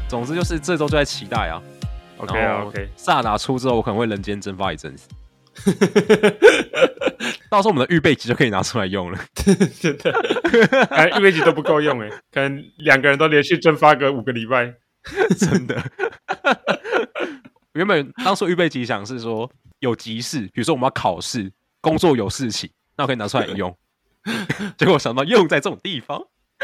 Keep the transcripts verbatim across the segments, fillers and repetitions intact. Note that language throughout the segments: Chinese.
总之就是这周就在期待啊。 OK 啊 OK。 萨达出之后，我可能会人间蒸发一阵子。到时候我们的预备集就可以拿出来用了。 真的，可能预备集都不够用哎，可能两个人都连续蒸发个五个礼拜。 真的。原本当初预备集想是说有急事，比如说我们要考试、工作有事情，那我可以拿出来用。结果想到用在这种地方。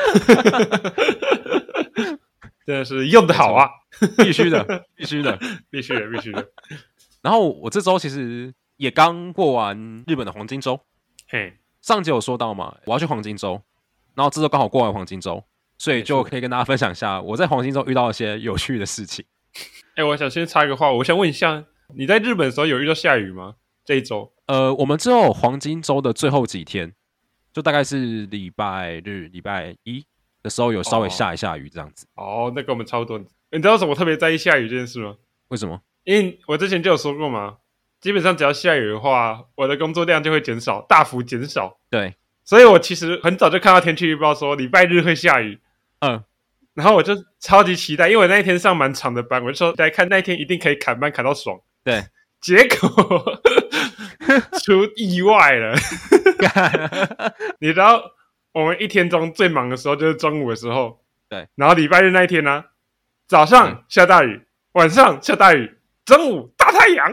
真的是用得好啊！ 必须的，必须的， 必须的，必须的。 然后我这周其实也刚过完日本的黄金周， 嘿， 上集有说到嘛，我要去黄金周，然后这周刚好过完黄金周，所以就可以跟大家分享一下我在黄金周遇到一些有趣的事情。 哎、欸，我想先插一个话，我想问一下，你在日本的时候有遇到下雨吗？这一周？ 呃，我们之后黄金周的最后几天，就大概是礼拜日、礼拜一的时候有稍微下一下雨这样子。 哦，那跟我们差不多。你知道什么特别在意下雨这件事吗？ 为什么？ 因为我之前就有说过嘛，基本上只要下雨的话，我的工作量就会减少，大幅减少。 对， 所以我其实很早就看到天气预报说礼拜日会下雨。 嗯， 然后我就超级期待，因为我那一天上蛮长的班，我就说来看那一天一定可以砍班砍到爽。 对， 结果出意外了。你知道我们一天中最忙的时候就是中午的时候， 对， 然后礼拜日那一天呢、啊，早上下大雨、嗯，晚上下大雨，中午大太阳。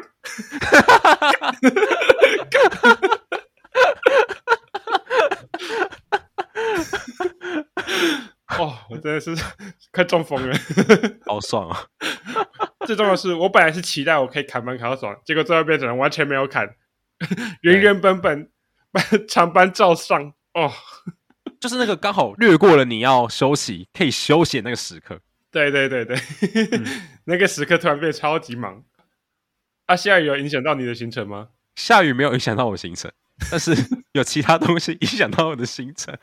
哦，我真的是快中风了。 好爽啊！ 最重要的是，我本来是期待我可以砍班砍到爽，结果最后变成完全没有砍，原原本本长班照上。哦， 就是那个刚好略过了你要休息可以休息的那个时刻。 对对对对，嗯、那个时刻突然变得超级忙。啊，下雨有影响到你的行程吗？ 下雨没有影响到我行程，但是有其他东西影响到我的行程。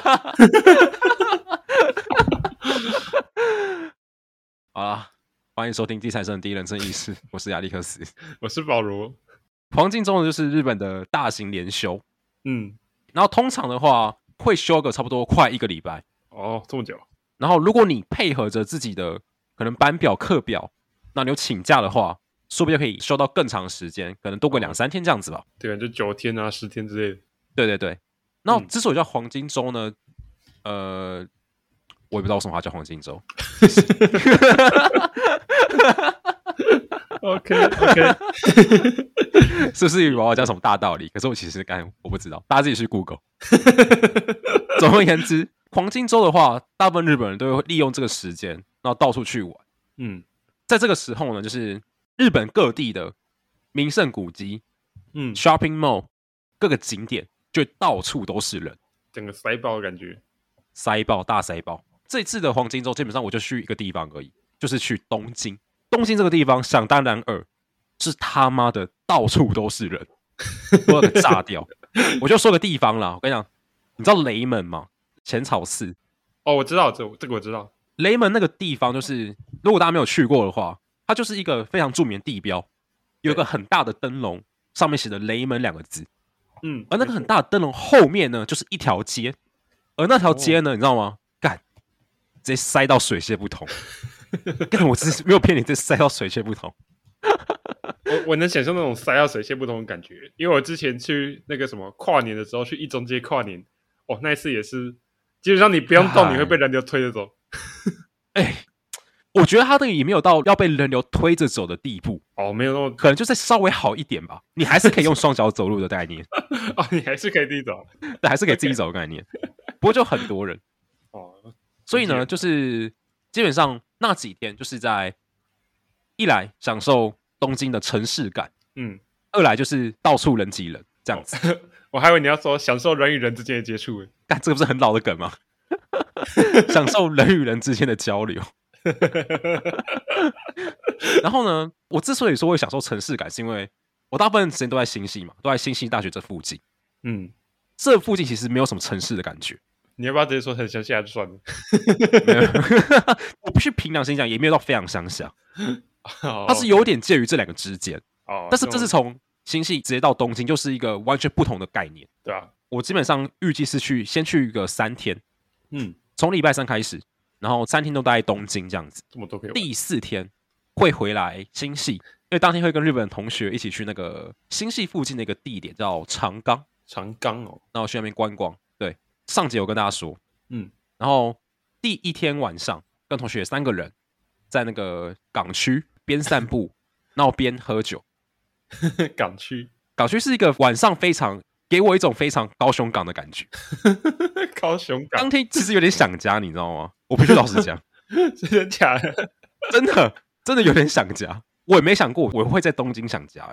好啦，欢迎收听《地产生的第一人称意识》，我是亚历克斯， 我是保罗。 黄金周呢就是日本的大型连休， 嗯， 然后通常的话会休个差不多快一个礼拜。 哦，这么久。 然后如果你配合着自己的可能班表、课表，那你有请假的话，说不定可以休到更长的时间，可能多个两三天这样子吧。 对啊，就九天啊、十天之类的。 对对对。然后之所以叫黄金周呢，呃，我也不知道为什么它叫黄金周。 OK OK， 是不是以为我要讲什么大道理？可是我其实干我不知道，大家自己去 Google。总而言之，黄金周的话，大部分日本人都会利用这个时间，然后到处去玩。 嗯， 在这个时候呢，就是日本各地的名胜古迹、 嗯 shopping mall 各个景点，就到处都是人， 整个塞爆的感觉， 塞爆大塞爆。这次的黄金周基本上我就去一个地方而已，就是去东京。东京这个地方想当然尔是他妈的到处都是人，我要给炸掉。我就说个地方啦，我跟你讲，你知道雷门吗？浅草寺。 哦，我知道这这个我知道。 雷门那个地方就是，如果大家没有去过的话，它就是一个非常著名的地标，有一个很大的灯笼，上面写着雷门两个字。 嗯， 而那个很大的灯笼后面呢，就是一条街，而那条街呢，哦、你知道吗？干，直接塞到水泄不通。干，我真是没有骗你，这塞到水泄不通。 我我能想象那种塞到水泄不通的感觉，因为我之前去那个什么跨年的时候，去一中街跨年，哦，那一次也是，基本上你不用动，你会被人流推着走。 哎、欸，我觉得他那个也没有到要被人流推着走的地步。 哦，没有那么， 可能就再稍微好一点吧。你还是可以用双脚走路的概念。 哦，你还是可以自己走， 对，还是可以自己走的概念。不过就很多人。 哦， 所以呢，就是基本上那几天就是在一来享受东京的城市感， 嗯， 二来就是到处人挤人这样子。 哦、我还以为你要说享受人与人之间的接触， 干，这个不是很老的梗吗？享受人与人之间的交流。然后呢，我之所以说会享受城市感，是因为我大部分时间都在新系嘛，都在新系大学这附近。嗯，这附近其实没有什么城市的感觉。 你要不要直接说很乡下就算了？ 我不去凭良心讲，也没有到非常乡下，它是有点介于这两个之间。哦，但是这是从新系直接到东京，就是一个完全不同的概念。 对啊， 我基本上预计是去先去一个三天，嗯，从礼拜三开始， 然后三天都待在东京这样子。 这么多可以玩。 第四天会回来新系，因为当天会跟日本同学一起去那个新系附近的一个地点叫长冈。 长冈哦， 然后去那边观光。对，上集有跟大家说， 嗯， 然后第一天晚上跟同学三个人在那个港区边散步，然后边喝酒。 港区， 港区是一个晚上非常给我一种非常高雄港的感觉。 高雄港， 当天其实有点想家，你知道吗？我必须老实讲， 真的假的？ 真的真的有点想家。我也没想过我会在东京想家、欸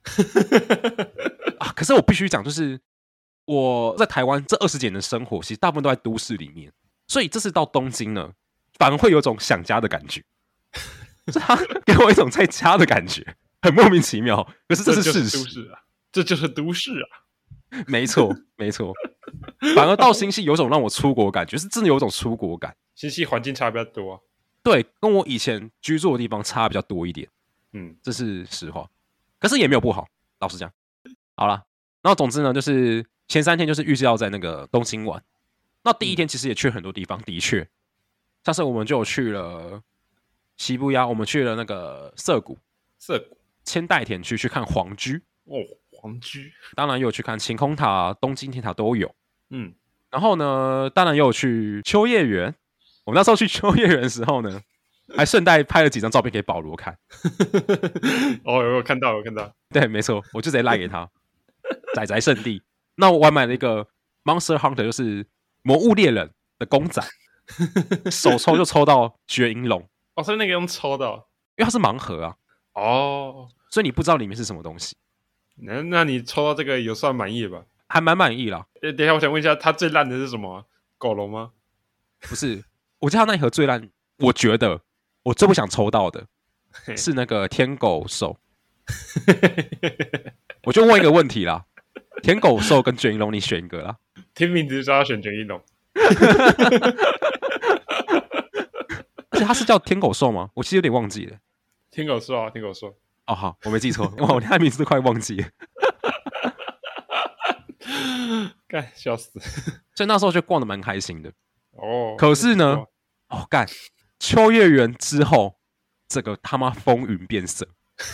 啊、可是我必须讲，就是我在台湾这二十几年的生活，其实大部分都在都市里面，所以这次到东京呢，反而会有种想家的感觉。是他给我一种在家的感觉，很莫名其妙。可是这是事实， 这就是都市啊，这就是都市啊。 没错，没错。反而到新系有种让我出国感觉，是真的有种出国感。 新系环境差比较多、啊， 对，跟我以前居住的地方差比较多一点。 嗯， 这是实话。可是也没有不好，老实讲。好啦，然后总之呢，就是前三天就是预计要在那个东京玩。那第一天其实也去了很多地方，的确，像是我们就有去了西布亚，我们去了那个涩谷， 涩谷、 千代田区去看皇居哦，皇居， 当然也有去看晴空塔、东京铁塔都有。 嗯， 然后呢，当然也有去秋叶原。我们那时候去秋叶原的时候呢，还顺带拍了几张照片给保罗看。 哦，有看到，有看到。 对，没错，我就直接赖给他。宅宅圣地。那我还买了一个 Monster Hunter， 就是魔物猎人的公仔，手抽就抽到绝银龙。 哦，所以那个用抽的、哦， 因为它是盲盒啊。 哦， 所以你不知道里面是什么东西。 那那你抽到这个有算满意吧？ 还蛮满意啦。 呃，等一下，我想问一下，它最烂的是什么、啊？狗笼吗？ 不是，我记得它那一盒最烂，我觉得我最不想抽到的是那个天狗兽。我就问一个问题啦，天狗兽跟卷银龙，你选一个啦。 听名字就知道要选卷银龙。 而且它是叫天狗兽吗？我其实有点忘记了。 天狗兽啊，天狗兽。 哦，好，我没记错，哇，我连他名字都快忘记了。 干，笑死！ 所以那时候就逛得蛮开心的。 哦， 可是呢，哦干，秋叶原之后，这个他妈风云变色。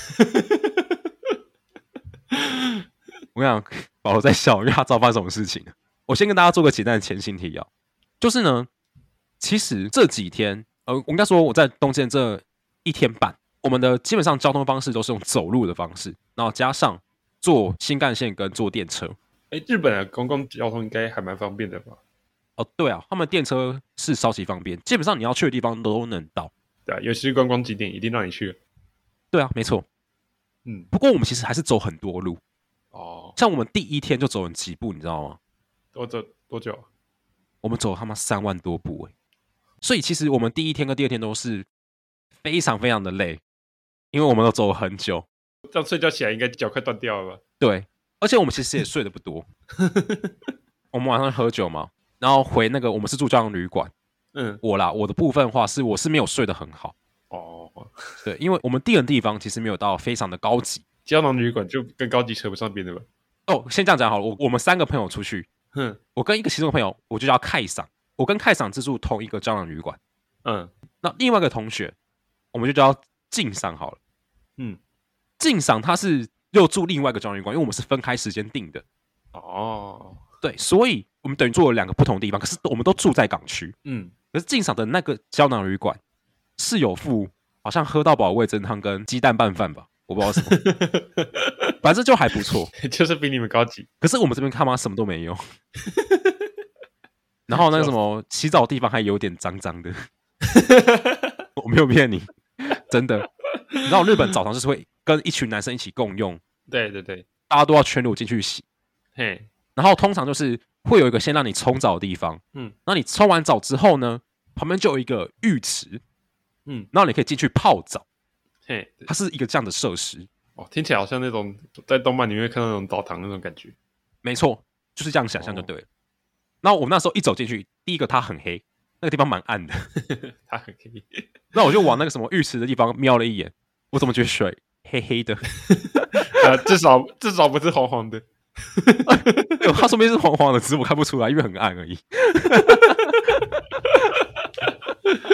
我跟你讲，保罗在笑，因为他知道发生什么事情了。我先跟大家做个简单的前情提要，就是呢，其实这几天，呃，我应该说我在东京这一天半，我们的基本上交通方式都是用走路的方式，然后加上坐新干线跟坐电车。 哎，日本的公共交通应该还蛮方便的吧？ 哦，对啊，他们电车是超级方便，基本上你要去的地方都能到。 对啊，尤其是观光景点，一定让你去。 对啊，没错。 嗯， 不过我们其实还是走很多路。 哦， 像我们第一天就走很几步，你知道吗？ 多走多久？ 我们走他妈三万多步哎、欸！所以其实我们第一天跟第二天都是非常非常的累，因为我们都走了很久。 这样睡觉起来应该脚快断掉了吧？ 对，而且我们其实也睡得不多。我们晚上喝酒嘛，然后回那个我们是住胶囊旅馆。 嗯， 我啦，我的部分的话是我是没有睡得很好。 哦， 对，因为我们订的地方其实没有到非常的高级。 胶囊旅馆就跟高级扯不上边的吧？ 哦，先这样讲好了。我我们三个朋友出去， 哼， 我跟一个其中的朋友，我就叫凯桑，我跟凯桑自住同一个胶囊旅馆。 嗯， 那另外一个同学，我们就叫静桑好了。 嗯， 静桑他是又住另外一个胶囊旅馆，因为我们是分开时间订的。 哦， 对，所以我们等于住了两个不同的地方，可是我们都住在港区。 嗯， 可是静桑的那个胶囊旅馆是有附好像喝到饱味噌汤跟鸡蛋拌饭吧，我不知道什么，反正就还不错， 就是比你们高级。 可是我们这边他妈什么都没有。然后那个什么洗澡的地方还有点脏脏的。我没有骗你，真的。你知道日本澡堂就是会跟一群男生一起共用， 对对对， 大家都要全裸进去洗。 嘿， 然后通常就是会有一个先让你冲澡的地方， 嗯， 那你冲完澡之后呢，旁边就有一个浴池， 嗯， 然后你可以进去泡澡， 嘿， 它是一个这样的设施。 哦，听起来好像那种在动漫里面看到那种澡堂那种感觉。 没错，就是这样想象就对了。然后我们那时候一走进去，第一个它很黑，那个地方蛮暗的， 它很黑。 那我就往那个什么浴池的地方瞄了一眼，我怎么觉得水黑黑的？ 呃，至少至少不是黄黄的。 哎，它说不定是黄黄的，只是我看不出来，因为很暗而已。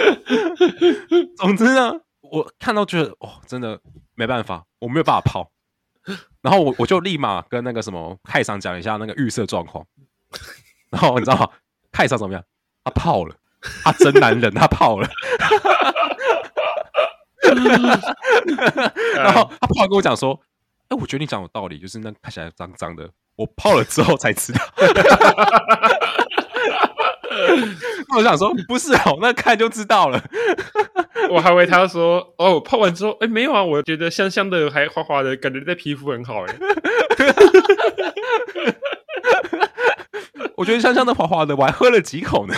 总之呢，我看到觉得哦，真的没办法，我没有办法泡。然后我我就立马跟那个什么凯桑讲一下那个预设状况。然后你知道吗？凯桑怎么样？他泡了，他真男人，他泡了。然后他泡完跟我讲说：“哎、欸，我觉得你讲有道理，就是那看起来脏脏的，我泡了之后才知道。”我想说，不是哦，那看就知道了。 我还以为他说：“哦，泡完之后，哎、欸，没有啊，我觉得香香的，还滑滑的，感觉对皮肤很好。”哎， 我觉得香香的、滑滑的，我还喝了几口呢。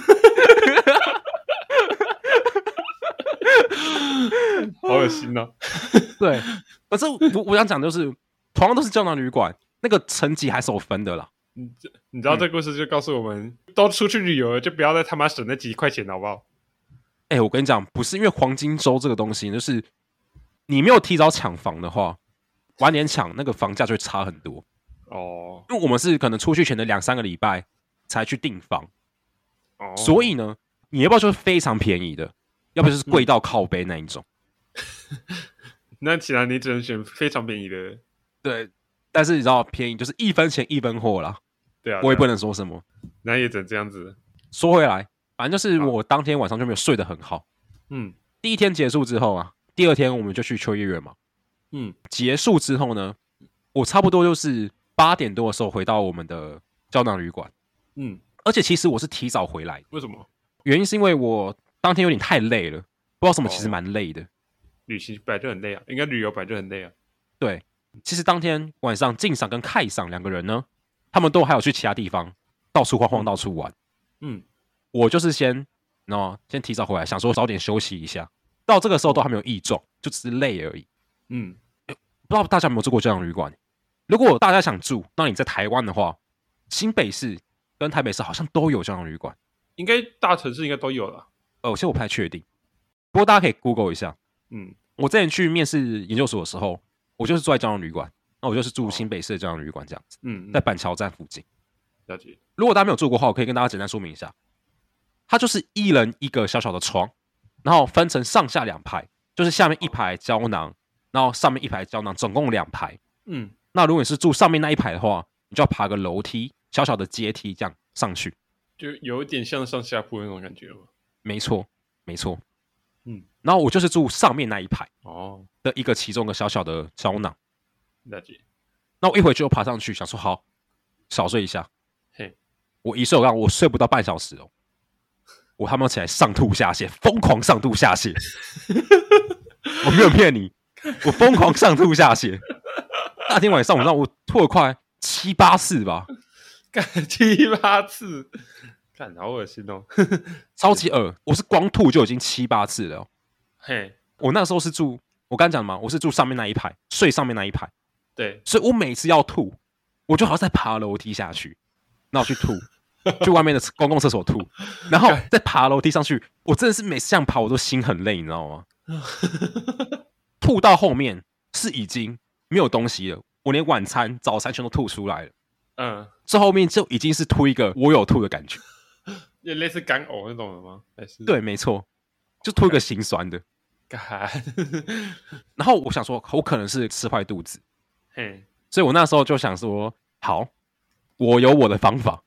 好恶心哦！ 对，可是我我想讲就是，同样都是胶囊旅馆，那个层级还是有分的啦。 你你知道这故事就告诉我们，嗯、都出去旅游了，就不要再他妈省那几块钱，好不好？ 哎、欸，我跟你讲，不是因为黄金周这个东西，就是你没有提早抢房的话，晚点抢，那个房价就会差很多。 哦， 因为我们是可能出去前的两三个礼拜才去订房， 哦， 所以呢，你要不要就是非常便宜的，要不就是贵到靠背那一种。 嗯、那既然你只能选非常便宜的， 对，但是你知道便宜就是一分钱一分货啦。 对啊， 我也不能说什么。 那也只能这样子。 说回来，反正就是我当天晚上就没有睡得很好。 嗯， 第一天结束之后啊，第二天我们就去秋叶原嘛。 嗯， 结束之后呢，我差不多就是八点多的时候回到我们的胶囊旅馆。 嗯， 而且其实我是提早回来， 为什么？ 原因是因为我当天有点太累了，不知道什么，其实蛮累的。哦、 旅行本来就很累啊，应该旅游本来就很累啊。 对，其实当天晚上静赏跟凯赏两个人呢，他们都还有去其他地方到处晃晃，到处玩。 嗯， 我就是先，喏，先提早回来，想说早点休息一下。到这个时候都还没有异状，就只是累而已。 嗯， 不知道大家有没有住过这样的旅馆？如果大家想住，那你在台湾的话，新北市跟台北市好像都有这样的旅馆， 应该大城市应该都有了。 呃，其实我不太确定，不过大家可以 Google 一下。 嗯， 我之前去面试研究所的时候，我就是住在胶囊旅馆，那我就是住新北市的胶囊旅馆这样子， 嗯， 在板桥站附近。 了解。 如果大家没有住过的话，我可以跟大家简单说明一下，它就是一人一个小小的床，然后分成上下两排，就是下面一排胶囊，然后上面一排胶囊，总共两排。 嗯， 那如果你是住上面那一排的话，你就要爬个楼梯，小小的阶梯这样上去， 就有一点像上下铺那种感觉吗？ 没错，没错。 嗯， 然后我就是住上面那一排哦的一个其中一个小小的胶囊。 了解。 那我一回去就爬上去，想说好小睡一下。 嘿， 我一睡我刚我睡不到半小时哦，我他妈起来上吐下泻，疯狂上吐下泻。我没有骗你，我疯狂上吐下泻。那天晚上我让我吐了快七八次吧， 干七八次，干好恶心哦， 超级恶。我是光吐就已经七八次了、哦。 嘿， 我那时候是住，我刚讲嘛，我是住上面那一排，睡上面那一排。 对， 所以我每次要吐，我就好像在爬楼梯下去，那我去吐，去外面的公共厕所吐，然后再爬楼梯上去。我真的是每次这样爬，我都心很累，你知道吗？吐到后面是已经没有东西了，我连晚餐、早餐全都吐出来了。 嗯， 这后面就已经是吐一个我有吐的感觉， 也类似干呕那种的吗？还是对，没错，就吐一个心酸的。 干， 然后我想说，我可能是吃坏肚子， 嘿， 所以我那时候就想说，好，我有我的方法。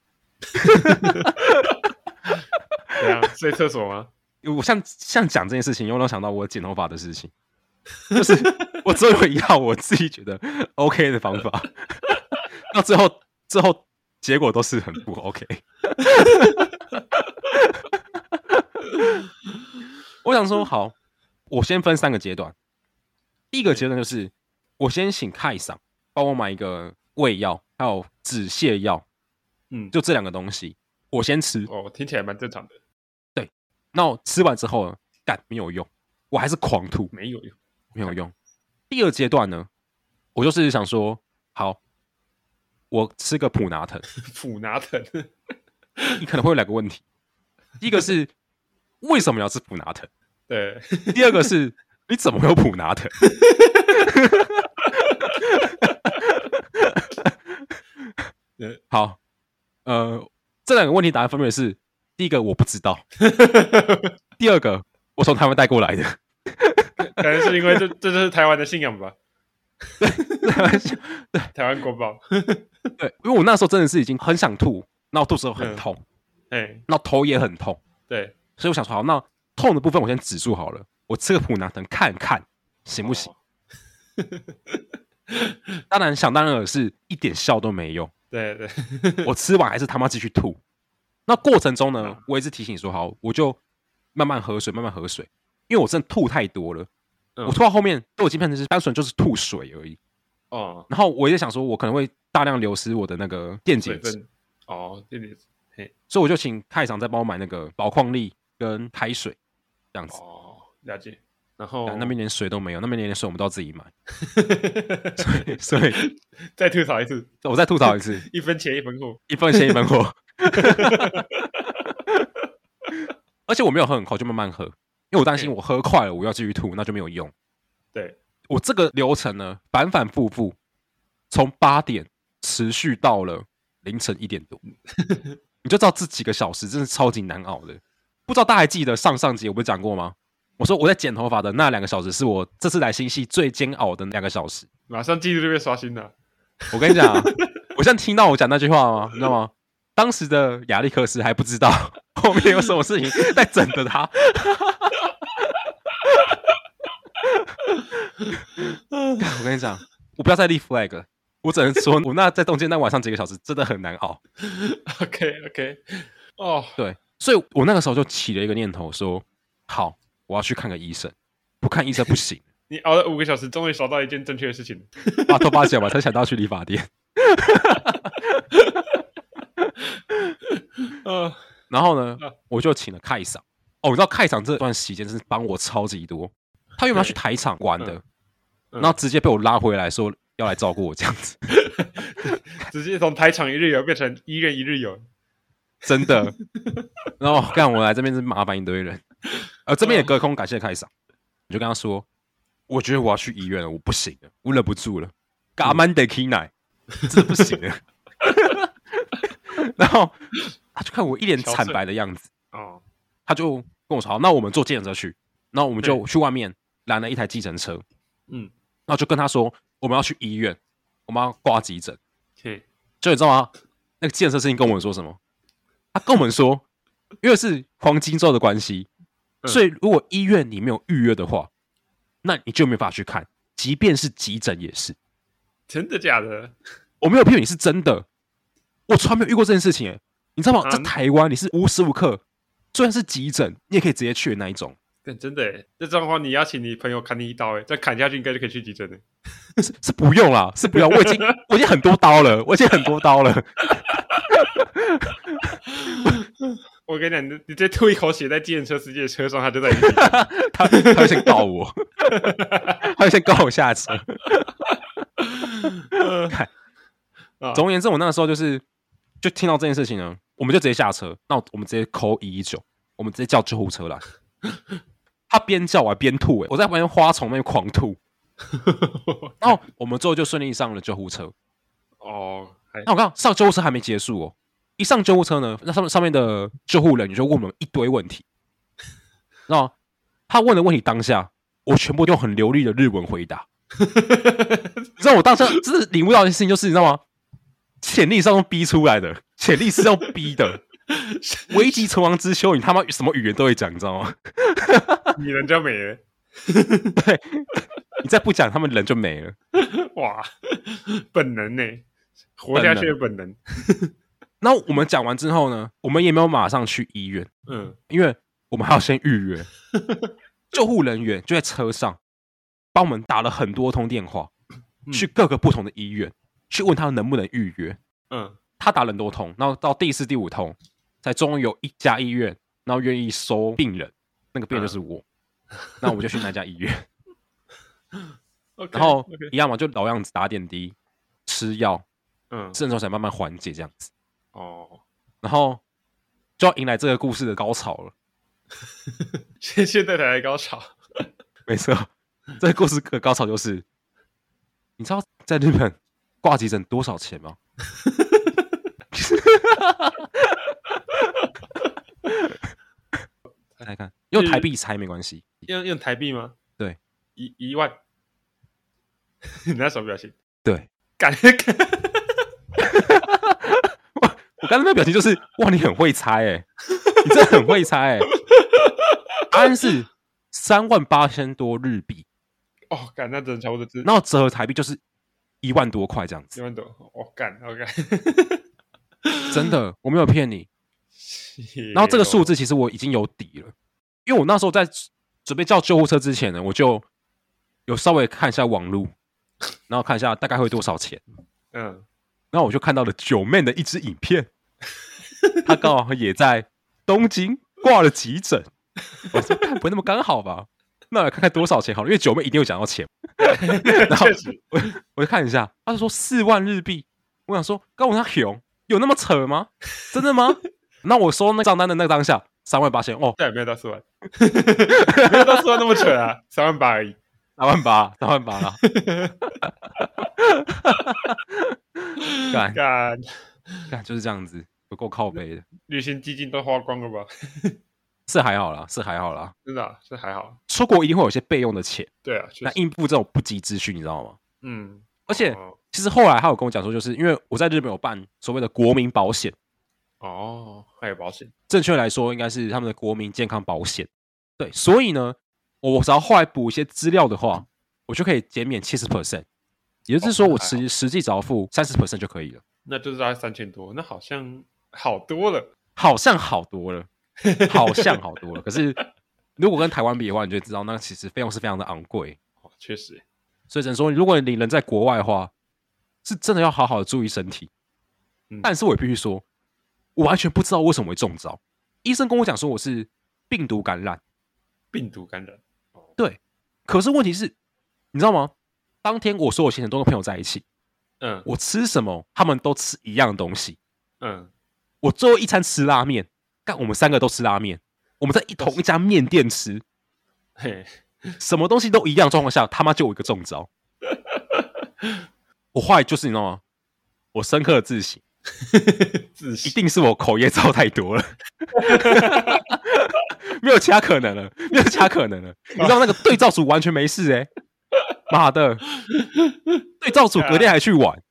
怎样睡厕所吗？ 我像像讲这件事情，又让我想到我剪头发的事情，就是我只有一套我自己觉得 OK 的方法，到最后最后结果都是很不 OK。我想说，好，我先分三个阶段。第一个阶段就是我先请凯桑帮我买一个胃药，还有止泻药， 嗯， 就这两个东西，我先吃。 哦，听起来蛮正常的。 对，那我吃完之后呢，干没有用，我还是狂吐， 没有用， 没有用。第二阶段呢，我就是想说，好，我吃个普拿疼。 普拿疼， 你可能会有两个问题，第一个是为什么要吃普拿疼？ 对， 第二个是你怎么会有普拿疼？好，呃，这两个问题答案分别是：第一个我不知道，第二个我从台湾带过来的。 可能是因为这这就是台湾的信仰吧。 对， 台湾国宝。 对，因为我那时候真的是已经很想吐，然后肚子又很痛， 哎、 嗯，然后头也很痛， 对， 所以我想说，好，那痛的部分我先止住好了，我吃个普拿疼看看行不行？哦、当然，想当然的是一点效都没有。 对对， 我吃完还是他妈继续吐。那过程中呢，我一直提醒说，好，我就慢慢喝水，慢慢喝水，因为我真的吐太多了。嗯、我吐到后面都已经变成是单纯就是吐水而已。哦。然后我也想说，我可能会大量流失我的那个电解质。 哦，电解质。嘿。 所以我就请太长再帮我买那个宝矿力跟开水，这样子。 哦，了解。然后那边连水都没有，那边连水我们都要自己买。所以，所以再吐槽一次， 我再吐槽一次， 一分钱一分货， 一分钱一分货。而且我没有喝很快，就慢慢喝，因为我担心我喝快了，我要继续吐，那就没有用。 对， 我这个流程呢，反反复复，从八点持续到了凌晨一点多，你就知道这几个小时真是超级难熬的。不知道大家还记得上上集我不是讲过吗？我说我在剪头发的那两个小时是我这次来新系最煎熬的两个小时， 马上记录就被刷新了。 我跟你讲、啊，我现在听到我讲那句话吗？你知道吗？当时的亚历克斯还不知道后面有什么事情在整着他。我跟你讲，我不要再立 flag， 我只能说，我那在中间那晚上几个小时真的很难熬。 OK OK， 哦、oh. ， 对，所以我那个时候就起了一个念头说，好。我要去看个医生，不看医生不行。 你熬了五个小时，终于找到一件正确的事情， 把头发剪完才想到去理发店。呃，然后呢，我就请了凯桑。哦，你知道凯桑这段时间真是帮我超级多。他原本要去台场玩的，嗯、然后直接被我拉回来说要来照顾我这样子， 直接从台场一日游变成医院一日游， 真的。然后干我来这边是麻烦一堆人。呃，这边也隔空感谢凯桑，我就跟他说，我觉得我要去医院了，我不行了，我忍不住了，嘎曼得 k 奶，这不行了。然后他就看我一脸惨白的样子，哦，他就跟我说，好，那我们坐计程车去，然后我们就去外面拦了一台计程车，嗯，然后就跟他说，我们要去医院，我们要挂急诊， 对， 就你知道吗？那个计程车司机跟我们说什么？他跟我们说，因为是黄金周的关系。所以，如果医院你没有预约的话，那你就没法去看，即便是急诊也是。 真的假的？ 我没有骗你，是真的。我从来没有遇过这件事情，你知道吗？啊、在台湾，你是无时无刻，虽然是急诊，你也可以直接去的那一种。 真的耶，这状况你要请你朋友砍你一刀，哎，再砍下去应该就可以去急诊了。 是是不用啦，是不用，我已经我已经很多刀了，我已经很多刀了。 我跟你讲，你直接吐一口血在计程车司机的车上，他就在你他他会先告我，他会先告我下车。看，总而言之，我那个时候就是就听到这件事情呢，我们就直接下车，那我们直接 call 一一九，我们直接叫救护车来。他边叫我还边吐、欸，我在旁边花丛那边狂吐，然后我们最后就顺利上了救护车。 哦， 那我刚上救护车还没结束哦。一上救护车呢，那上面上面的救护人员就问我们一堆问题，然后他问的问题当下，我全部用很流利的日文回答。你知道我当下真是领悟到一件事情，就是你知道吗？潜力是要用逼出来的，潜力是要逼的。危急存亡之秋，你他妈什么语言都会讲，你知道吗？ 你人就没了。 对，你再不讲，他们人就没了。 哇，本能呢、欸，活下去的本能。 然后我们讲完之后呢，我们也没有马上去医院，嗯，因为我们还要先预约。救护人员就在车上帮我们打了很多通电话，嗯、去各个不同的医院去问他能不能预约。嗯，他打了很多通，然后到第四、第五通，才终于有一家医院，然后愿意收病人，那个病人就是我，嗯、那我们就去那家医院。 okay, 然后 okay. 一样嘛，就老样子打点滴、吃药，嗯，吃的时候才慢慢缓解这样子。哦，然后就要迎来这个故事的高潮了。 现现在才来高潮， 没错，这个故事的高潮就是，你知道在日本挂急诊多少钱吗？来看，因为用台币猜没关系。 用用台币吗？ 对， 一一万。你那手表情？ 对， 干我刚才那表情就是哇，你很会猜哎、欸，你真的很会猜哎、欸。答案是三万八千多日币。 哦，干，那真的差不多是， 然后折合台币就是一万多块这样子。 一万多，哦，干，哦干， 真的，我没有骗你。然后这个数字其实我已经有底了，因为我那时候在准备叫救护车之前呢，我就有稍微看一下网路，然后看一下大概会多少钱。 嗯， 然后我就看到了九妹的一支影片，他刚好也在东京挂了急诊。我说看不会那么刚好吧？那来看看多少钱好了，因为九妹一定有讲到钱。然后我我就看一下，他就说四万日币。我想说，刚我那熊有那么扯吗？真的吗？那我收那账单的那个当下，三万八千哦， 对，没有到四万，没有到四万那么扯啊，三万八而已， 三万八，三万八啦。干干， 干就是这样子，不够靠背的。 旅行基金都花光了吧？ 是还好啦，是还好啦， 真的、啊、是还好。 出国一定会有一些备用的钱， 对啊， 那应付这种不急之需，你知道吗？ 嗯， 而且、 哦、 其实后来他有跟我讲说，就是因为我在日本有办所谓的国民保险， 哦，还有保险， 正确来说应该是他们的国民健康保险。对，所以呢，我只要后来补一些资料的话，我就可以减免七十 percent， 也就是说我实、哦、实际只要付三十 percent 就可以了。 那就是大概三千多，那好像好多了， 好像好多了。好像好多了，可是如果跟台湾比的话，你就知道那其实费用是非常的昂贵。 哦，确实， 所以只能说，如果你人在国外的话，是真的要好好的注意身体。嗯、但是我也必须说，我完全不知道为什么会中招。医生跟我讲说我是病毒感染， 病毒感染， 哦、对。可是问题是，你知道吗？当天我所有行程都跟朋友在一起，嗯，我吃什么，他们都吃一样的东西，嗯，我最后一餐吃拉面。干，我们三个都吃拉面，我们在一同一家面店吃，嘿，什么东西都一样状况下，他妈就有一个中招。我后来就是你知道吗？我深刻的自省，自省一定是我口业造太多了，没有其他可能了，没有其他可能了。你知道那个对照组完全没事哎、欸，妈的，对照组隔天还去玩，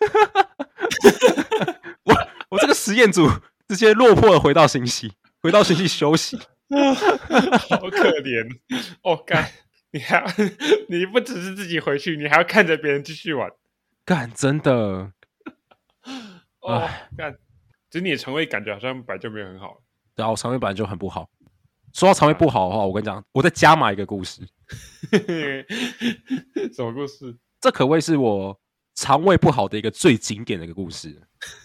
我我这个实验组。直接落魄的回到新系，回到新系休息， 好可怜哦！干，你还要你不只是自己回去，你还要看着别人继续玩， 干真的哦，干，其实你的肠胃感觉好像本来就没有很好， 对啊，我肠胃本来就很不好。说到肠胃不好的话，我跟你讲，我再加码一个故事。 什么故事？ 这可谓是我肠胃不好的一个最经典的一个故事。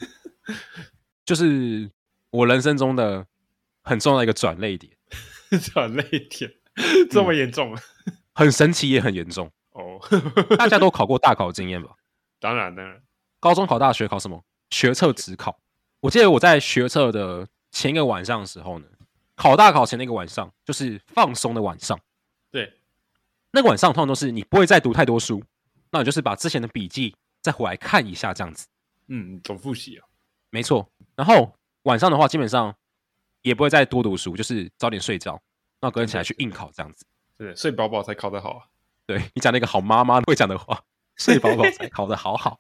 就是我人生中的很重要的一个转捩点， 转捩点这么严重、啊嗯，很神奇也很严重哦。大家都考过大考经验吧？ 当然当然， 高中考大学考什么？学测指考。我记得我在学测的前一个晚上的时候呢，考大考前那个晚上就是放松的晚上。 对， 那个晚上通常都是你不会再读太多书，那你就是把之前的笔记再回来看一下这样子。 嗯，总复习啊。 没错，然后晚上的话，基本上也不会再多读书，就是早点睡觉，然后隔天起来去应考这样子。 对，睡饱饱才考得好啊。 对，你讲那个好妈妈会讲的话，睡饱饱才考得好好。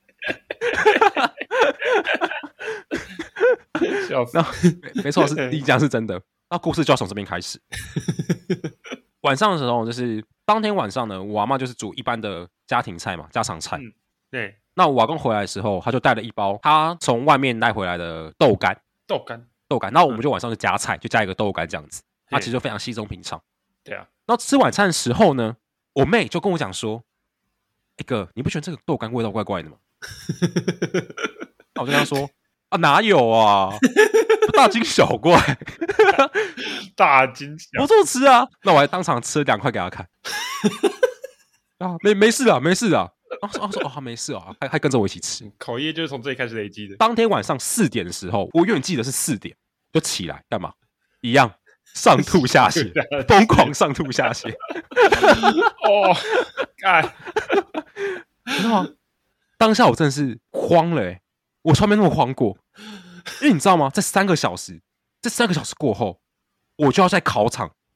笑死！ 那没错，是你讲是真的。那故事就要从这边开始。晚上的时候，就是当天晚上呢，我阿嬷就是煮一般的家庭菜嘛，家常菜。 嗯，对。 那我阿公回来的时候，他就带了一包他从外面带回来的豆干， 豆干， 豆干。那我们就晚上就加菜，就加一个豆干这样子。那其实就非常稀松平常。 对啊。 然后吃晚餐的时候呢，我妹就跟我讲说：“哎、欸、哥，你不觉得这个豆干味道怪怪的吗？”那我就跟他说：“啊，哪有啊，大惊小怪， 大惊小怪， 我这么吃啊。”那我还当场吃了两块给他看。啊，没没事啊，没事啊。啊说啊说啊没事啊，还还跟着我一起吃。 口业就是从这里开始累积的。 当天晚上四点的时候，我永远记得是四点，就起来干嘛？一样上吐下泻，疯狂上吐下泻。 哦，干， 你知道吗？当下我真的是慌了、欸，我从来没那么慌过。因为你知道吗？在三个小时，这三个小时过后，我就要在考场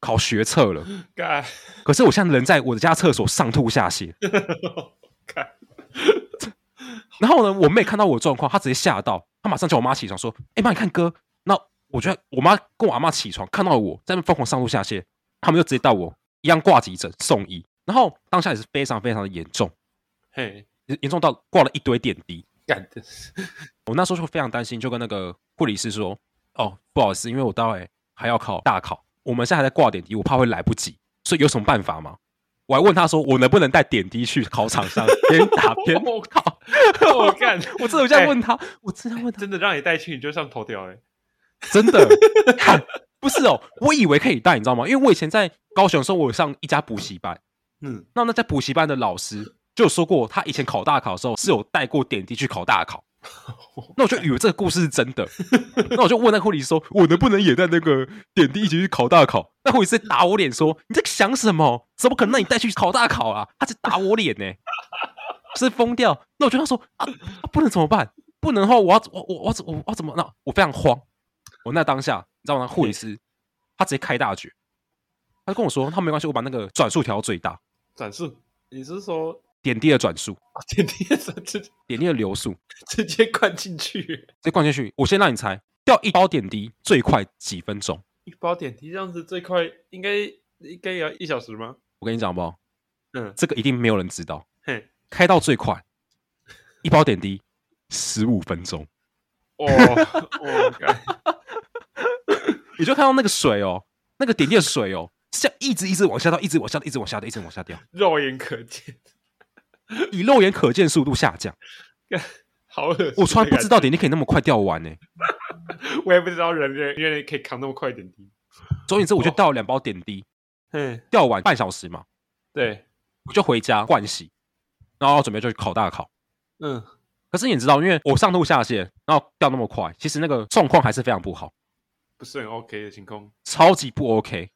考学测了， 干， 可是我现在人在我的家厕所上吐下泻， 干， 然后呢，我妹看到我的状况，她直接吓到，她马上叫我妈起床说：“哎、欸、妈，你看哥。”那我觉得我妈跟我阿妈起床，看到我在那疯狂上吐下泻，他们就直接带我一样挂急诊送医，然后当下也是非常非常的严重， 嘿， 严重到挂了一堆点滴。 干的， 我那时候就非常担心，就跟那个护理师说：“哦，不好意思，因为我待会还要考大考，我们现在还在挂点滴，我怕会来不及，所以有什么办法吗？”我还问他说：“我能不能带点滴去考场上边打边考？” 我干， 我真的这样问他，欸、我真的问他， 真的让你带去你就上头条哎、欸， 真的，不是哦，我以为可以带，你知道吗？因为我以前在高雄的时候，我有上一家补习班，嗯，那那在补习班的老师就有说过，他以前考大考的时候是有带过点滴去考大考。那我就以为这个故事是真的，那我就问那护理师说：“我能不能也带那个点滴一起去考大考？”那护理师打我脸说：“你在想什么？怎么可能让你带去考大考啊？”他在打我脸呢、欸，是疯掉。那我就跟他说啊：“啊，不能怎么办？不能的话，我要我我我我我要怎么？那我非常慌。我那当下，你知道吗？护理师他直接开大绝，他就跟我说：“他没关系，我把那个转速调到最大。” 转速？你是说？ 点滴的转速， 点滴的转速， 点滴的流速， 直接灌进去，直接灌进去。我先让你猜，掉一包点滴最快几分钟？ 一包点滴这样子最快应该应该要一小时吗？ 我跟你讲好不好？ 嗯， 这个一定没有人知道。 嘿， 开到最快，一包点滴十五分钟。 哦哦，干！ 你就看到那个水哦，那个点滴的水哦，是这样一直一直往下掉，一直往下掉，一直往下掉，一直往下掉， 肉眼可见。 以肉眼可见速度下降， 好恶心！ 我从来不知道点滴可以那么快掉完呢、欸。 我也不知道人原来可以扛那么快点滴。 总而言之，我就掉了两包点滴， 嗯、哦， 掉完半小时嘛， 对， 我就回家盥洗，然后准备就去考大考。 嗯， 可是你也知道，因为我上吐下泻，然后掉那么快，其实那个状况还是非常不好， 不是很 OK 的情况， 超级不 OK，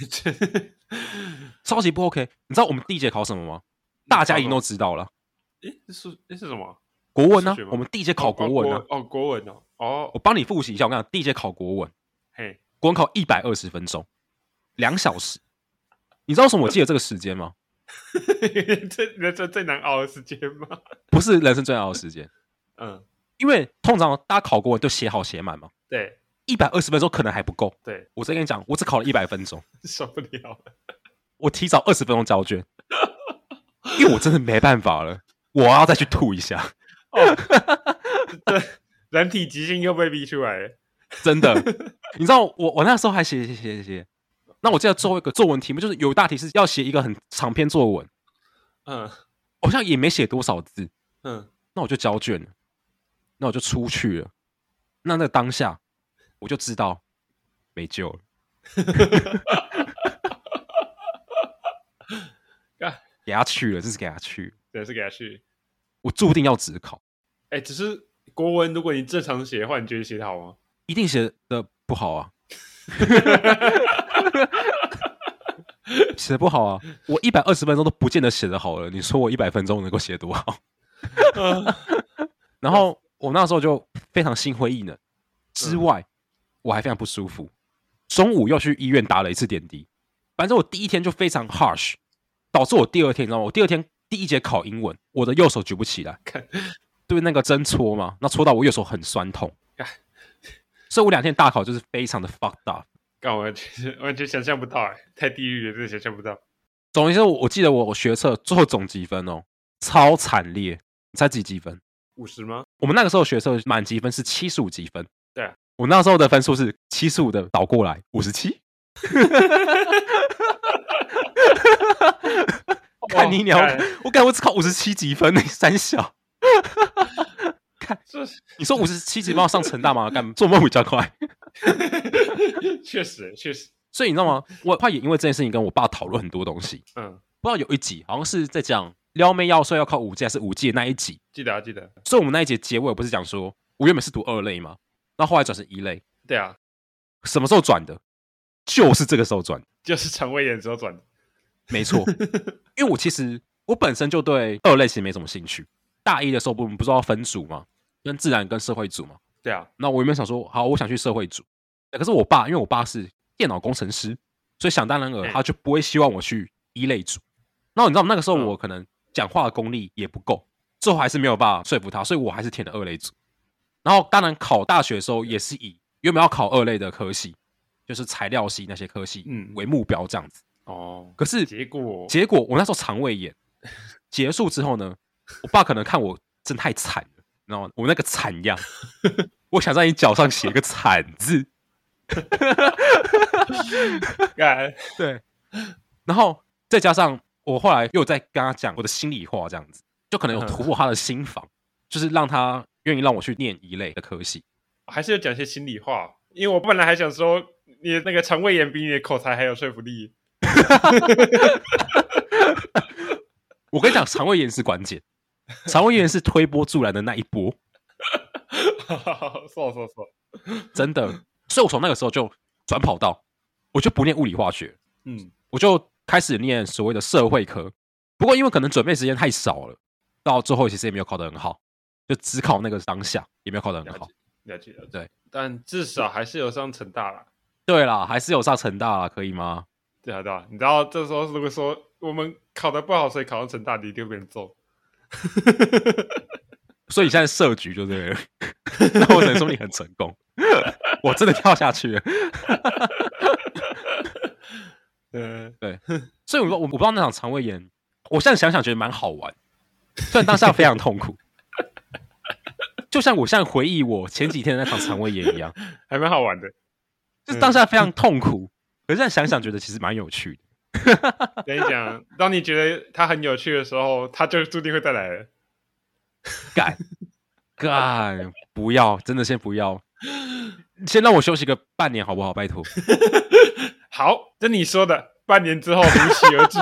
超级不 OK。你知道我们第一节考什么吗？大家一定都知道了。 诶，这是这是什么？ 国文呢、啊？我们第一节考国文呢、 啊哦。哦，国文哦。哦， 我帮你复习一下。我跟你讲，第一节考国文， 嘿， 国文考一百二十分钟，两小时。你知道为什么我记得这个时间吗？ 这人生最难熬的时间吗？ 不是人生最难熬的时间。 嗯， 因为通常大家考国文都写好写满嘛。 对， 一百二十分钟可能还不够。 对， 我再跟你讲，我只考了一百分钟， 受不了了。 我提早二十分钟交卷。因为我真的没办法了，我要再去吐一下。 哦，这人体极限又被逼出来了， 真的。你知道我我那时候还写写写写，那我记得最后一个作文题目就是有一大题是要写一个很长篇作文， 嗯， 好像也没写多少字， 嗯， 那我就交卷了，那我就出去了。那那个当下我就知道没救了。给他去了，这是给他去， 对，是给他去。 我注定要指考。 哎、欸，只是国文，如果你正常写的话，你觉得写得好吗？ 一定写的不好啊，写的不好啊。我一百二十分钟都不见得写得好了，你说我一百分钟能够写多好？然后我那时候就非常心灰意冷，之外、嗯、我还非常不舒服，中午又去医院打了一次点滴。反正我第一天就非常 harsh。导致我第二天，你知道吗？我第二天第一节考英文，我的右手举不起来，对那个针戳嘛，那戳到我右手很酸痛，所以我两天大考就是非常的 fucked up。 干，完全完全想象不到，哎，太地狱了，真的想象不到。 总之，我记得我学测最后总积分哦，超惨烈，你猜几积分？ 五十吗？ 我们那个时候学测满积分是七十五积分， 对啊， 我那时候的分数是七十五的倒过来五十七。看你鸟，我感觉我只考五十七积分，那三小。看，你说五十七积分要上成大吗？干，做梦比较快。 确实，确实。 所以你知道吗？我怕也因为这件事情跟我爸讨论很多东西。嗯，不知道有一集好像是在讲撩妹要睡要考五技还是五技的那一集， 记得啊，记得。 所以我们那一节结尾不是讲说，我原本是读二类嘛，那后来转成一类。 对啊， 什么时候转的？就是这个时候转的， 就是肠胃炎之后转的。 没错，因为我其实我本身就对二类其实没什么兴趣。大一的时候不不是要分组吗？跟自然跟社会组嘛。 对啊， 那我原本想说，好，我想去社会组，可是我爸因为我爸是电脑工程师， 所以想当然尔，他就不会希望我去一类组。然后你知道那个时候我可能讲话的功力也不够，最后还是没有办法说服他，所以我还是填了二类组。然后当然考大学的时候也是以原本要考二类的科系，就是材料系那些科系为目标这样子。 哦， 可是结果结果我那时候肠胃炎结束之后呢，我爸可能看我真太惨了，你知道吗？我那个惨样，我想在你脚上写一个惨字。对，然后再加上我后来又在跟他讲我的心里话，这样子就可能有突破他的心防，就是让他愿意让我去念一类的科系， 还是有讲些心里话。因为我本来还想说，你的那个肠胃炎比你的口才还有说服力。 我跟你讲，肠胃炎是关键，肠胃炎是推波助澜的那一波。 错错错， 真的。所以我从那个时候就转跑道，我就不念物理化学， 嗯， 我就开始念所谓的社会科。不过因为可能准备时间太少了，到最后其实也没有考得很好，就只考那个当下也没有考得很好。 了解了解， 对， 但至少还是有上成大啦。 对啦，还是有上成大啦，可以吗？ 对啊对啊，你知道这时候如果说我们考得不好，所以考上成大，你一定会被人揍。 所以你现在设局就对了，那我只能说你很成功。我真的跳下去了。 嗯， 对，所以我我我不知道那场肠胃炎，我现在想想觉得蛮好玩，虽然当下非常痛苦，就像我现在回忆我前几天的那场肠胃炎一样， 还蛮好玩的。 就是当下非常痛苦，可是现在想想觉得其实蛮有趣的。跟你讲，当你觉得它很有趣的时候，它就注定会再来了。 干干，不要，真的先不要，先让我休息个半年好不好？拜托。 好，这你说的，半年之后如期而至。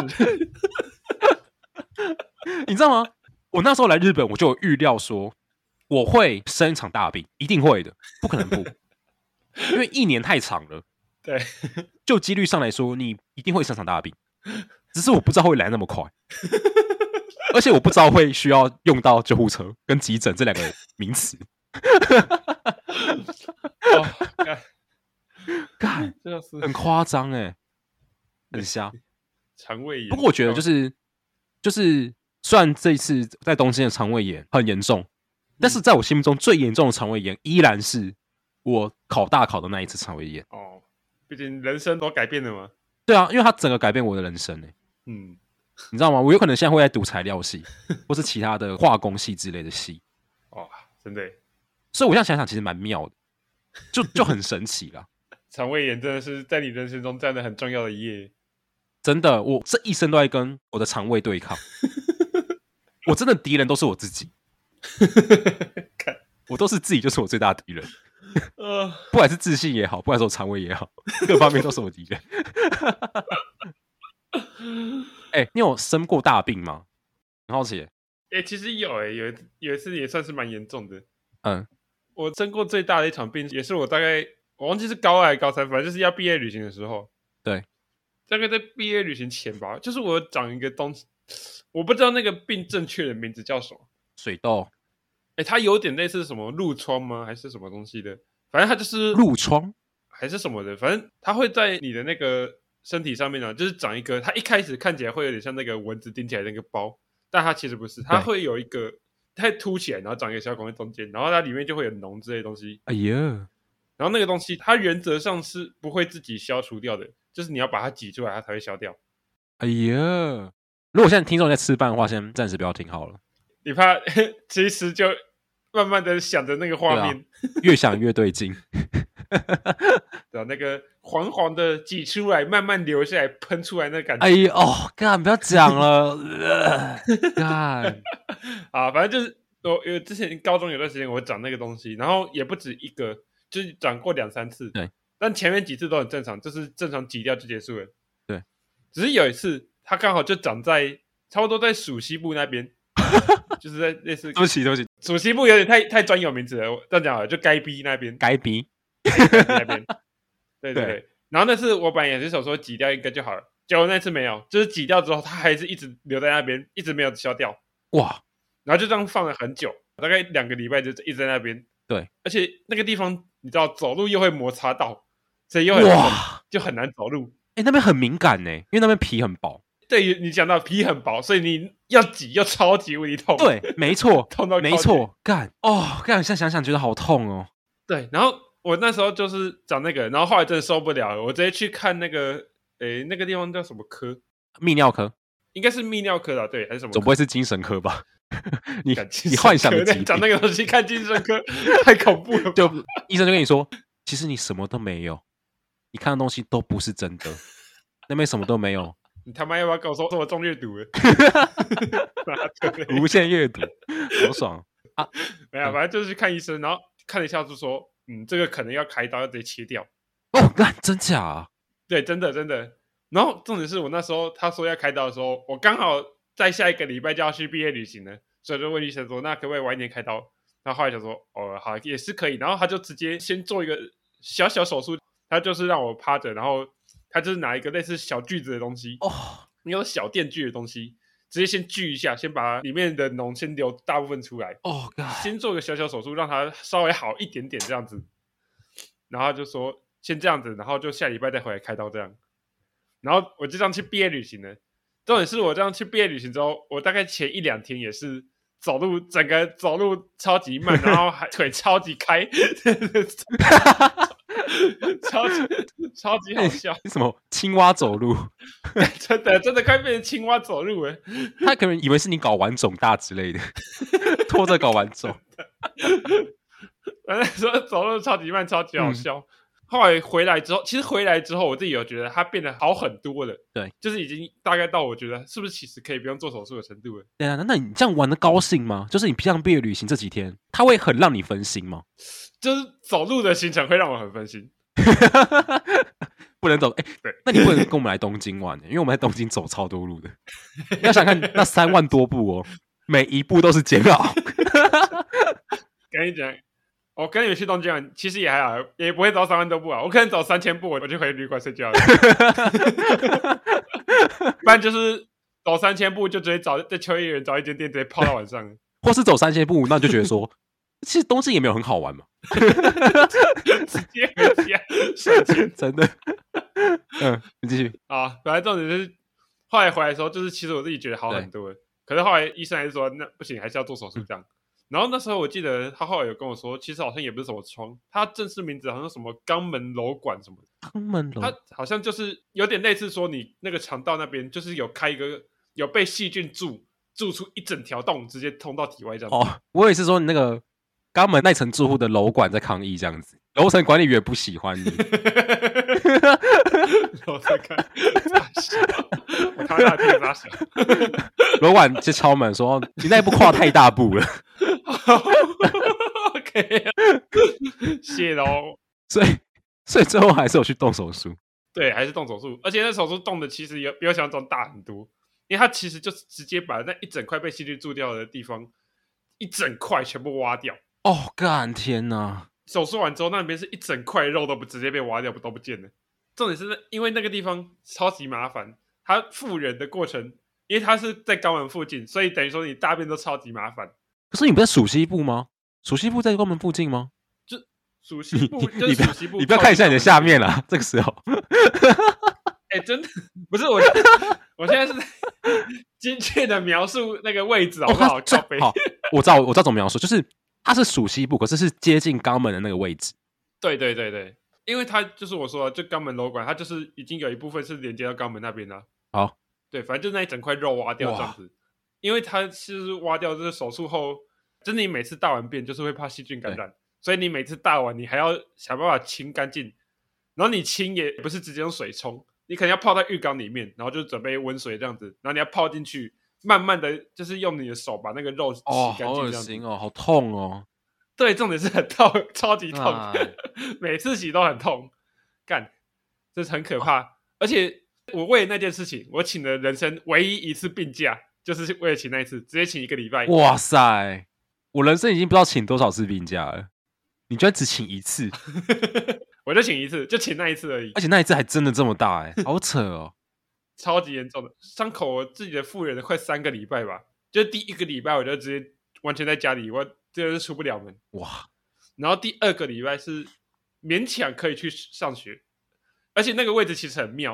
你知道吗？我那时候来日本，我就有预料说我会生一场大病，一定会的，不可能不，因为一年太长了。 对， 就几率上来说，你一定会生场大病，只是我不知道会来那么快。而且我不知道会需要用到救护车跟急诊这两个名词。 哦， 干，很夸张哎，很瞎。 肠胃炎。 不过我觉得就是就是，虽然这一次在东京的肠胃炎很严重，但是在我心目中最严重的肠胃炎依然是我考大考的那一次肠胃炎。 哦，毕竟人生都改变了嘛。 对啊，因为它整个改变我的人生哎。 嗯。 你知道吗？我有可能现在会在读材料系，或是其他的化工系之类的系。 哇，真的耶！ 所以我现在想想，其实蛮妙的，就就很神奇啦。 肠胃炎真的是在你人生中占了很重要的一页。 真的，我这一生都在跟我的肠胃对抗。我真的敌人都是我自己，我都是自己就是我最大的敌人。不管是自信也好，不管是我肠胃也好，各方面都是我敌人。哎、欸，你有生过大病吗？很好奇。 哎、欸，其实有哎、欸，有有一次也算是蛮严重的。 嗯， 我生过最大的一场病，也是我大概我忘记是高二还是高三，反正就是要毕业旅行的时候。 对， 大概在毕业旅行前吧，就是我长一个东西，我不知道那个病正确的名字叫什么。 水痘。 哎、欸，它有点类似什么褥疮吗？还是什么东西的？反正它就是褥疮还是什么的，反正它会在你的那个身体上面呢，就是长一个，它一开始看起来会有点像那个蚊子叮起来的那个包，但它其实不是，它会有一个它凸起来，然后长一个小孔在中间，然后它里面就会有脓之类的东西。 哎呀， 然后那个东西它原则上是不会自己消除掉的，就是你要把它挤出来，它才会消掉。 哎呀，如果现在听众在吃饭的话，先暂时不要听好了。 你怕，其实就慢慢的想着那个画面， 啊、越想越对劲。 对啊，那个黄黄的挤出来，慢慢流下来，喷出来那感觉。 哎呦，哦，干，不要讲了，干啊，反正就是我有之前高中有段时间我长那个东西，然后也不止一个，就是长过两三次。 对， 但前面几次都很正常，就是正常挤掉就结束了。 对， 只是有一次它刚好就长在差不多在属西部那边。就是在类似， 对不起，对不起， 属西部有点太太专有名词了。这样讲好了，就该逼那边， 该逼那边，对对 对, 對。然后那次我本来也是想说挤掉一个就好了，结果那次没有，就是挤掉之后，它还是一直留在那边，一直没有消掉。 哇！ 然后就这样放了很久，大概两个礼拜就一直在那边。 对， 而且那个地方你知道，走路又会摩擦到，所以又很哇， 就很难走路。 哎、欸，那边很敏感呢，因为那边皮很薄。 对，你讲到皮很薄，所以你要挤又超级无敌痛。 对，没错， 痛到没错，干哦，干现在想想觉得好痛哦。 对，然后我那时候就是长那个，然后后来真的受不了了，我直接去看那个，诶，那个地方叫什么科？ 泌尿科， 应该是泌尿科的，对，还是什么科？ 总不会是精神科吧？你你幻想的疾病， 讲那个东西看精神科太恐怖了吧。 就医生就跟你说，其实你什么都没有，你看的东西都不是真的，那边什么都没有。 你他妈要不要跟我说我中阅读了？ 无限阅读，好爽啊！ 没有，反正就是去看医生，然后看了一下就说，嗯，这个可能要开刀，要直接切掉。 哦，干真假啊？ 对，真的真的。然后重点是我那时候他说要开刀的时候，我刚好在下一个礼拜就要去毕业旅行了，所以就问医生说，那可不可以晚一点开刀？然后后来就说，哦，好，也是可以。然后他就直接先做一个小小手术，他就是让我趴着，然后他就是拿一个类似小锯子的东西，哦，那种小电锯的东西，直接先锯一下，先把里面的脓先流大部分出来。 哦， 先做个小小手术，让它稍微好一点点这样子。然后就说先这样子，然后就下礼拜再回来开刀这样。然后我就这样去毕业旅行了。重点是我这样去毕业旅行之后，我大概前一两天也是走路，整个走路超级慢，然后还腿超级开，超级超级好笑。 什么青蛙走路？ 真的真的快变成青蛙走路了。 他可能以为是你睾丸肿大之类的，拖着睾丸走。 反正说走路超级慢，超级好笑。嗯，后来回来之后，其实回来之后，我自己有觉得他变得好很多了。 对， 就是已经大概到我觉得是不是其实可以不用做手术的程度了。 对啊，那你这样玩的高兴吗？就是你平常毕业旅行这几天，他会很让你分心吗？ 就是走路的行程会让我很分心。 不能走，哎、欸，对，那你不能跟我们来东京玩，因为我们在东京走超多路的。你要想看那三万多步哦，每一步都是煎熬。 跟你讲，我跟你们去东京玩，其实也还好，也不会走三万多步啊。我可能走三千步，我就回旅馆睡觉了。不然就是走三千步就直接找在秋叶原找一间店，直接泡到晚上。 或是走三千步，那就觉得说，其实东京也没有很好玩嘛。 直接回家省钱， 真的。嗯，你继续啊。本来重点就是后来回来的时候，就是其实我自己觉得好很多，可是后来医生还是说那不行，还是要做手术这样。嗯，然后那时候我记得他后来有跟我说，其实好像也不是什么疮，他正式名字好像什么肛门瘘管什么的。 肛门瘘， 他好像就是有点类似说你那个肠道那边就是有开一个有被细菌蛀蛀出一整条洞，直接通到体外这样子。 哦，我也是说你那个肛门那层住户的楼管在抗议这样子，楼层管理员不喜欢你。 楼层看，我他妈听着傻笑。 楼管就敲门说：“你那一步跨太大步了。 ”OK， 谢喽。 所以，所以最后还是有去动手术。 对，还是动手术，而且那手术动的其实有比我想象中大很多，因为他其实就是直接把那一整块被细菌蛀掉的地方，一整块全部挖掉。 哦，干天哪！ 手术完之后，那边是一整块肉都不直接被挖掉，都不见了。重点是因为那个地方超级麻烦，它复原的过程，因为它是在肛门附近，所以等于说你大便都超级麻烦。 可是你不在属西部吗？属西部在肛门附近吗？ 就属西部，就是属西部， 你不要看一下你的下面啦，这个时候。 哎、欸，真的不是我，我现在是精确的描述那个位置好不好？ 哦、好，我知道，我知道怎么描述，就是它是属西部，可是是接近肛门的那个位置。 对对对对，因为它就是我说的，就肛门瘘管，它就是已经有一部分是连接到肛门那边了。 好， 对，反正就那一整块肉挖掉这样子，因为它是挖掉，就是手术后，就是你每次大完便就是会怕细菌感染，所以你每次大完你还要想办法清干净，然后你清也不是直接用水冲。你可能要泡在浴缸里面，然后就准备温水这样子，然后你要泡进去，慢慢的就是用你的手把那个肉洗干净。哦， 好恶心哦，好痛哦。 对，重点是很痛，超级痛，啊、每次洗都很痛，干，这是很可怕。哦、而且我为了那件事情，我请了人生唯一一次病假，就是为了请那一次，直接请一个礼拜。 哇塞，我人生已经不知道请多少次病假了，你居然只请一次。 我就请一次，就请那一次而已， 而且那一次还真的这么大哎、欸，好扯哦， 超级严重的伤口，我自己的复原了快三个礼拜吧，就第一个礼拜我就直接完全在家里，我真的是出不了门哇。然后第二个礼拜是勉强可以去上学，而且那个位置其实很妙，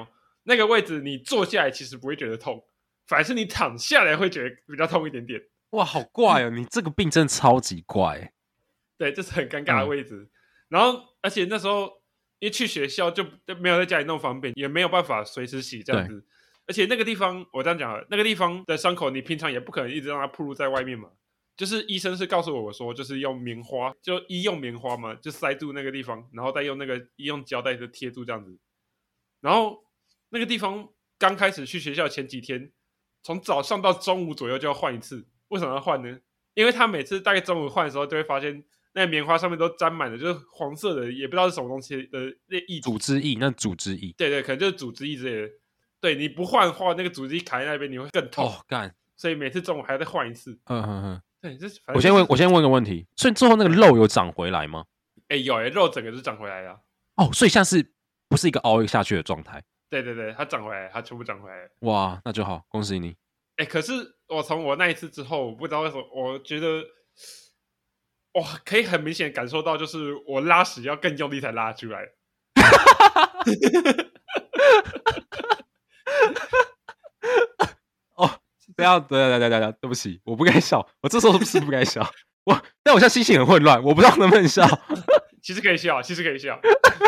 那个位置你坐下来其实不会觉得痛，反而是你躺下来会觉得比较痛一点点。 哇，好怪哦！你这个病真的超级怪。 对，这是很尴尬的位置。嗯、然后，而且那时候因为去学校就没有在家里弄方便，也没有办法随时洗这样子。而且那个地方，我这样讲，那个地方的伤口，你平常也不可能一直让它暴露在外面嘛。就是医生是告诉我说，就是用棉花，就医用棉花嘛，就塞住那个地方，然后再用那个医用胶带就贴住这样子。然后那个地方刚开始去学校前几天，从早上到中午左右就要换一次。为什么要换呢？因为他每次大概中午换的时候，就会发现那个棉花上面都沾满了，就是黄色的，也不知道是什么东西的液， 组织液，那组织液， 对对，可能就是组织液之类的。对，你不换的话，那个组织液卡在那边，你会更痛。 哦，干！ 所以每次中午还要再换一次。 嗯嗯嗯。 对，这反正、就是、 我先问，我先问个问题，所以最后那个肉有长回来吗？ 哎、欸，有哎、欸，肉整个就长回来了。 哦，所以像是不是一个凹下去的状态？ 对对对，它长回来，它全部长回来了。 哇，那就好，恭喜你。 哎、欸，可是我从我那一次之后，我不知道为什么，我觉得哇，可以很明显感受到，就是我拉屎要更用力才拉出来。 哦，不要，对对对对对，对不起，我不该笑，我这时候是不该笑，我，但我现在心情很混乱，我不知道能不能笑。 其实可以笑，其实可以笑。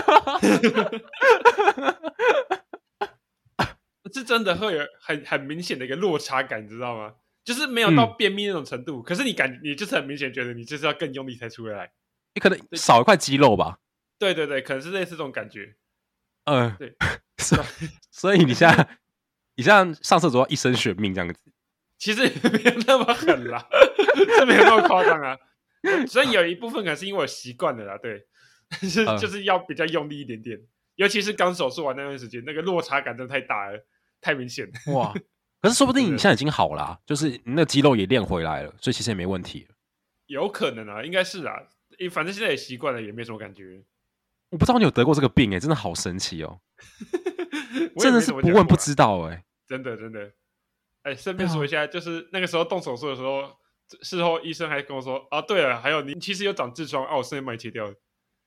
是真的会有很很明显的一个落差感，你知道吗？就是没有到便秘那种程度，嗯、可是你感你就是很明显觉得你就是要更用力才出来， 你可能少一块肌肉吧？ 对对对，可能是类似这种感觉。 嗯、呃， 对， 所以你现在你现在上厕所要一生悬命这样子， 其实也没有那么狠啦，这没有那么夸张啊。所以有一部分可能是因为我习惯了啦，对，是、呃、就是要比较用力一点点，尤其是刚手术完那段时间，那个落差感真的太大了。太明显了哇！可是说不定你现在已经好了、啊，就是你那肌肉也练回来了，所以其实也没问题了。 有可能啊，应该是啊，反正现在也习惯了，也没什么感觉。 我不知道你有得过这个病哎、欸，真的好神奇哦！真的是不问不知道哎、欸， 真的真的。哎，顺便说一下，就是那个时候动手术的时候，事后医生还跟我说啊，对了，还有你其实有长痔疮啊，我顺便帮你切掉了。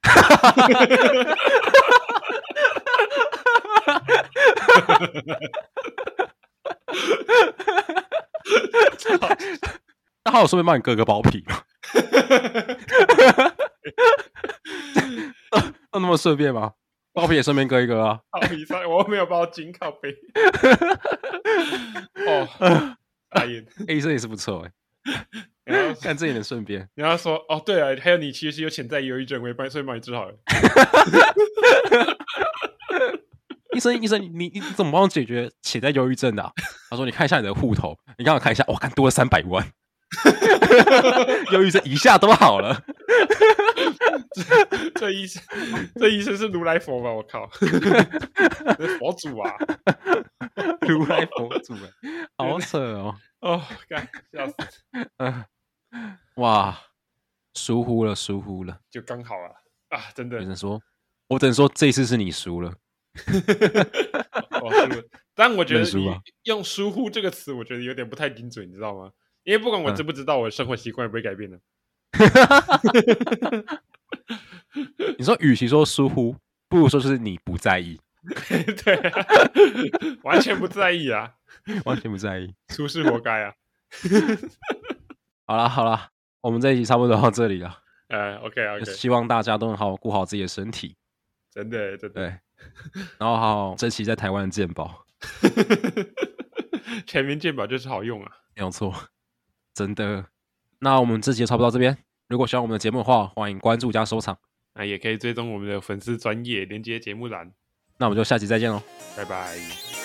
那还有顺便帮你割个包皮吗？那那么顺便吗？包皮也顺便割一割啊！ 包皮上我没有包筋靠背。哦，大眼， 医生也是不错哎。看这也能顺便。 然后说哦，对了，还有你其实有潜在忧郁症，我也帮，所以帮你治好了。 医生，医生，你你怎么帮我解决潜在忧郁症的、啊？他说：“你看一下你的户头，你刚好看一下，哇，看多了三百万，忧郁症一下都好了。 这”这医生，这医生是如来佛吧？我靠，佛祖啊， 如来佛祖哎，好扯哦！ 哦，干，笑死！ 嗯，哇，疏忽了，疏忽了， 就刚好啊啊！真的， 只能说，我只能说这一次是你输了。 我输了，但我觉得你用疏忽这个词，我觉得有点不太精准，你知道吗？因为不管我知不知道，我的生活习惯也不会改变的。 你说，与其说疏忽，不如说就是你不在意。 对、啊，完全不在意啊， 完全不在意， 出事活该啊！ 好啦好啦，我们这一集差不多到这里了。 呃 ，OK OK， 希望大家都能好好顾好自己的身体。 真的真的， 对，然后好好珍惜在台湾的健保。 全民健保就是好用啊， 没有错，真的。那我们这集就差不多到这边。如果喜欢我们的节目的话，欢迎关注加收藏。 那也可以追踪我们的粉丝专页连接节目栏。 那我们就下集再见喽， 拜拜。